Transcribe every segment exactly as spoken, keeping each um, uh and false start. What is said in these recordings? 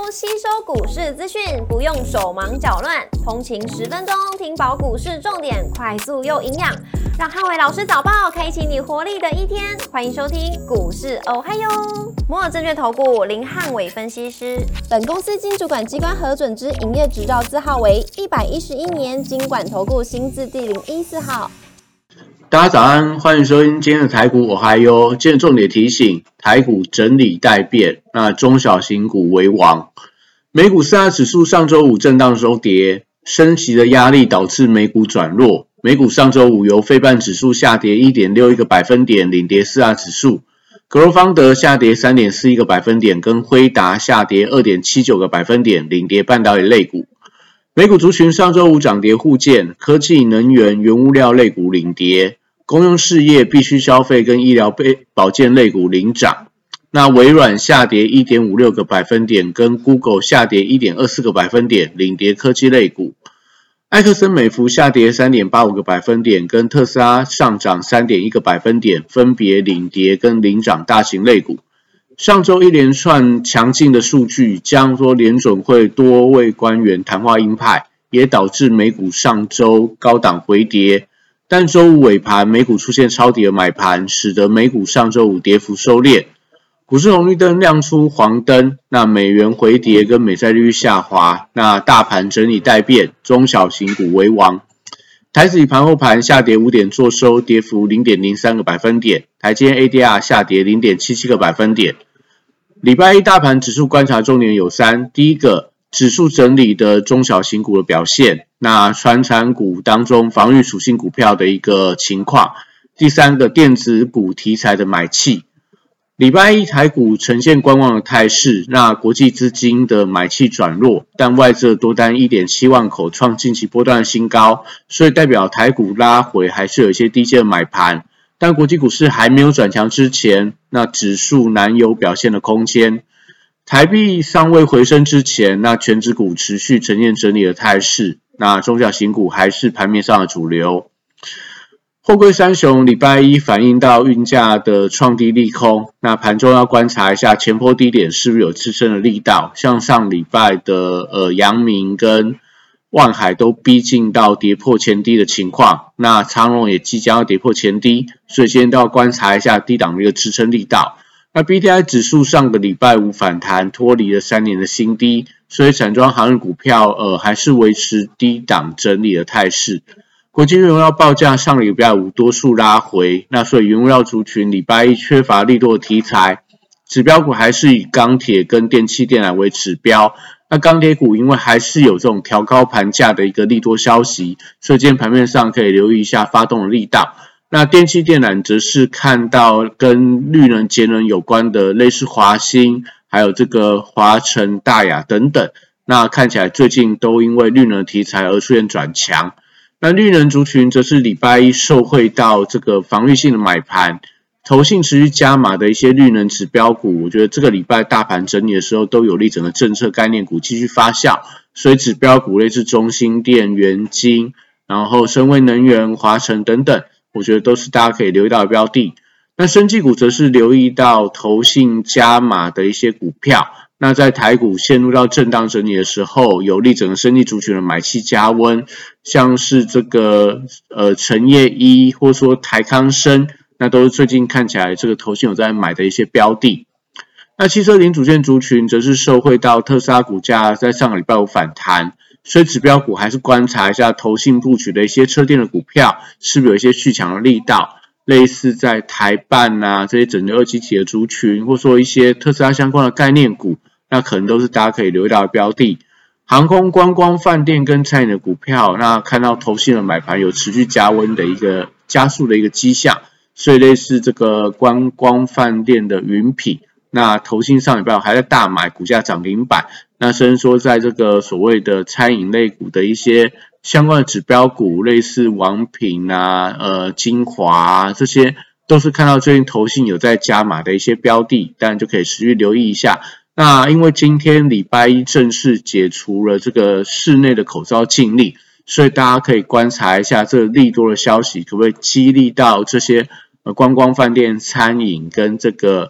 吸收股市资讯，不用手忙脚乱，通勤十分钟听饱股市重点，快速又营养，让汉伟老师早报开启你活力的一天。欢迎收听股市哦嗨哟，摩尔证券投顾林汉伟分析师。本公司经主管机关核准之营业执照字号为一百一十一年金管投顾新字第零一四号。 大家早安，欢迎收听今天的台股我嗨哟。今天重点提醒，台股整理待变，那中小型股为王。美股四大指数上周五震荡收跌，升息的压力导致美股转弱。美股上周五由费半指数下跌 一点六一 个百分点领跌四大指数，格罗方德下跌 三点四一 个百分点，跟辉达下跌 二点七九 个百分点领跌半导体类股。美股族群上周五涨跌互见，科技、能源、原物料类股领跌，公用事业、必需消费跟医疗保健类股领涨。那微软下跌 一点五六 个百分点，跟 Google 下跌 一点二四 个百分点领跌科技类股。埃克森美孚下跌 三点八五 个百分点，跟特斯拉上涨 三点一 个百分点，分别领跌跟领涨大型类股。上周一连串强劲的数据，加上说联准会多位官员谈话鹰派，也导致美股上周高档回跌。但周五尾盘美股出现抄底的买盘，使得美股上周五跌幅收敛。股市红绿灯亮出黄灯，那美元回跌跟美债利率下滑，那大盘整理待变，中小型股为王。台指以盘后盘下跌五点作收，跌幅 零点零三 个百分点，台积电 A D R 下跌 零点七七 个百分点。礼拜一大盘指数观察重点有三，第一个，指数整理的中小型股的表现，那传产股当中防御属性股票的一个情况，第三个，电子股题材的买气。礼拜一台股呈现观望的态势，那国际资金的买气转弱，但外资多单 一点七万口创近期波段的新高，所以代表台股拉回还是有一些低阶的买盘。但国际股市还没有转强之前，那指数难有表现的空间。台币尚未回升之前，那全指股持续呈现整理的态势，那中小型股还是盘面上的主流。货柜三雄礼拜一反映到运价的创低利空，那盘中要观察一下前波低点是不是有支撑的力道，像上礼拜的呃阳明跟万海都逼近到跌破前低的情况，那长荣也即将要跌破前低，所以今天都要观察一下低档的一个支撑力道。那 B D I 指数上个礼拜五反弹，脱离了三年的新低，所以散装航运股票呃还是维持低档整理的态势。国际原物料报价上礼拜五多数拉回，那所以原物料族群礼拜一缺乏利多的题材，指标股还是以钢铁跟电气电缆为指标。那钢铁股因为还是有这种调高盘价的一个利多消息，所以今天盘面上可以留意一下发动的力道。那电气电缆则是看到跟绿能节能有关的，类似华兴，还有这个华城、大雅等等。那看起来最近都因为绿能题材而出现转强。那绿能族群则是礼拜一受惠到这个防御性的买盘，投信持续加码的一些绿能指标股，我觉得这个礼拜大盘整理的时候都有利整个政策概念股继续发酵，所以指标股类似中兴电、元晶，然后深威能源、华城等等，我觉得都是大家可以留意到的标的。那生技股则是留意到投信加码的一些股票，那在台股陷入到震荡整理的时候，有利整个生技族群的买气加温，像是这个呃成业一或说台康生，那都是最近看起来这个投信有在买的一些标的。那汽车零组件族群则是受惠到特斯拉股价在上个礼拜五反弹，所以指标股还是观察一下投信布局的一些车电的股票是不是有一些续强的力道，类似在台半啊这些整流二极体的族群，或说一些特斯拉相关的概念股，那可能都是大家可以留意到的标的。航空、观光、饭店跟餐饮的股票，那看到投信的买盘有持续加温的一个加速的一个迹象，所以类似这个观光饭店的云品，那投信上礼拜还在大买，股价涨停板。那甚至说在这个所谓的餐饮类股的一些相关的指标股，类似王品啊、呃精华啊，这些都是看到最近投信有在加码的一些标的，当然就可以持续留意一下。那因为今天礼拜一正式解除了这个室内的口罩禁令，所以大家可以观察一下这个利多的消息可不可以激励到这些呃观光饭店、餐饮跟这个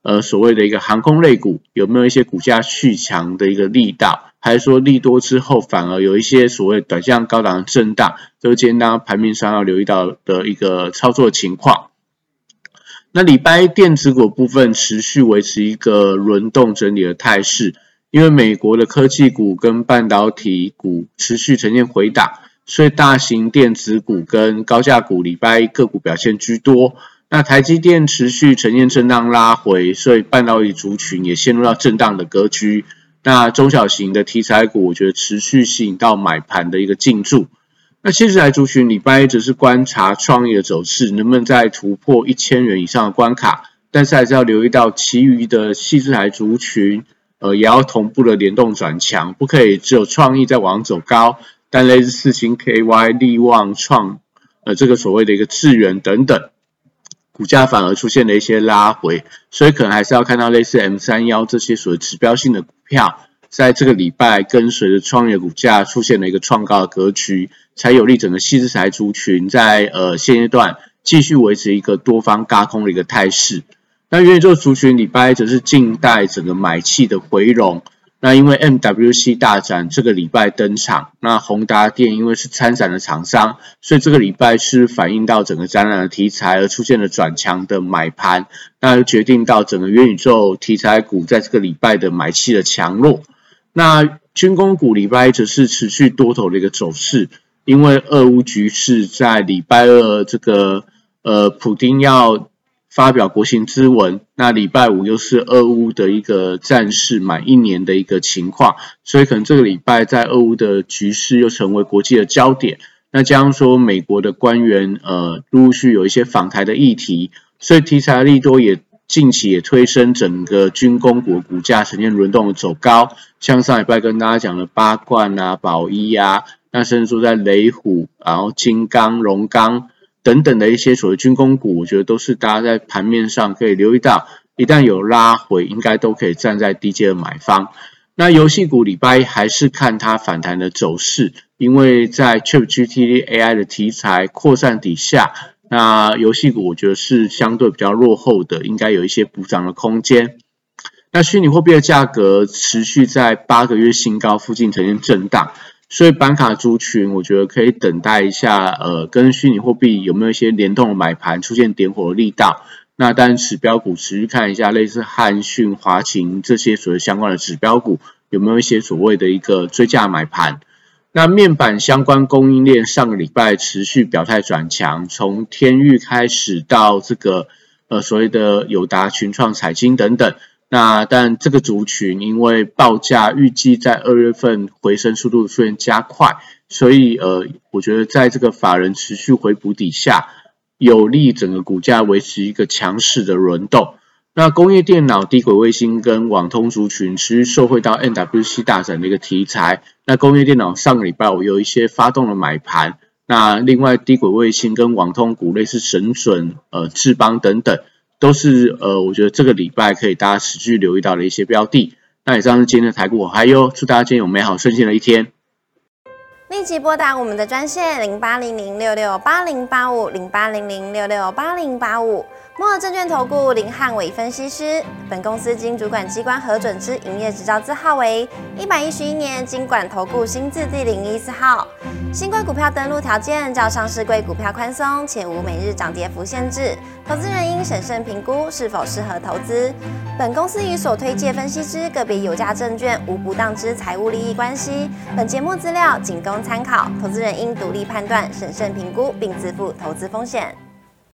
呃所谓的一个航空类股有没有一些股价续强的一个力道，还是说利多之后反而有一些所谓短线高档的震荡，这是今天大家盘面上要留意到的一个操作情况。那礼拜一电子股部分持续维持一个轮动整理的态势，因为美国的科技股跟半导体股持续呈现回档，所以大型电子股跟高价股礼拜一个股表现居多。那台积电持续呈现震荡拉回，所以半导体族群也陷入到震荡的格局。那中小型的题材股我觉得持续吸引到买盘的一个进驻。那细资材族群礼拜一则是观察创意的走势能不能再突破一千元以上的关卡，但是还是要留意到其余的细资材族群呃也要同步的联动转强，不可以只有创意在往上走高，但类似四星 K Y、力旺、创呃这个所谓的一个智原等等股价反而出现了一些拉回，所以可能还是要看到类似 M 三十一 这些所谓指标性的股票在这个礼拜跟随着创业股价出现了一个创高的格局，才有利整个细资材族群在呃现阶段继续维持一个多方軋空的一个态势。那元宇宙族群礼拜则是静待整个买气的回笼。那因为 M W C 大展这个礼拜登场，那宏达电因为是参展的厂商，所以这个礼拜是反映到整个展览的题材而出现了转强的买盘，那就决定到整个元宇宙题材股在这个礼拜的买气的强弱。那军工股礼拜则是持续多头的一个走势，因为俄乌局势在礼拜二这个呃普丁要发表国情咨文，那礼拜五又是俄乌的一个战事满一年的一个情况，所以可能这个礼拜在俄乌的局势又成为国际的焦点。那加上说美国的官员呃陆陆续有一些访台的议题，所以题材利多也近期也推升整个军工股股价呈现轮动的走高，像上礼拜跟大家讲的八冠啊、宝一啊，那甚至说在雷虎、然后金刚、荣刚等等的一些所谓军工股，我觉得都是大家在盘面上可以留意到，一旦有拉回，应该都可以站在低阶的买方。那游戏股礼拜还是看它反弹的走势，因为在 ChatGPT A I 的题材扩散底下，那游戏股我觉得是相对比较落后的，应该有一些补涨的空间。那虚拟货币的价格持续在八个月新高附近呈现震荡，所以板卡族群我觉得可以等待一下，呃，跟虚拟货币有没有一些联动的买盘出现点火的力道。那当然指标股持续看一下类似汉讯、华勤这些所谓相关的指标股有没有一些所谓的一个追价买盘。那面板相关供应链上个礼拜持续表态转强，从天钰开始到这个呃所谓的友达、群创、彩晶等等。那但这个族群因为报价预计在二月份回升速度出现加快，所以呃我觉得在这个法人持续回补底下，有利整个股价维持一个强势的轮动。那工业电脑、低轨卫星跟网通族群持续受惠到 M W C 大展的一个题材。那工业电脑上个礼拜我有一些发动了买盘，那另外低轨卫星跟网通股类似神准、呃智邦等等，都是呃我觉得这个礼拜可以大家持续留意到的一些标的。那以上是今天的台股我嗨哟，祝大家今天有美好顺心的一天。 立即拨打我们的专线零八零零六六八零八五零八零零六六八零八五。摩尔证券投顾林汉伟分析师，本公司经主管机关核准之营业执照字号为一百一十一年金管投顾新字第零一四号。新规股票登录条件较上市柜股票宽松，且无每日涨跌幅限制，投资人应审慎评估是否适合投资。本公司与所推介分析之个别有价证券无不当之财务利益关系。本节目资料仅供参考，投资人应独立判断、审慎评估，并自负投资风险。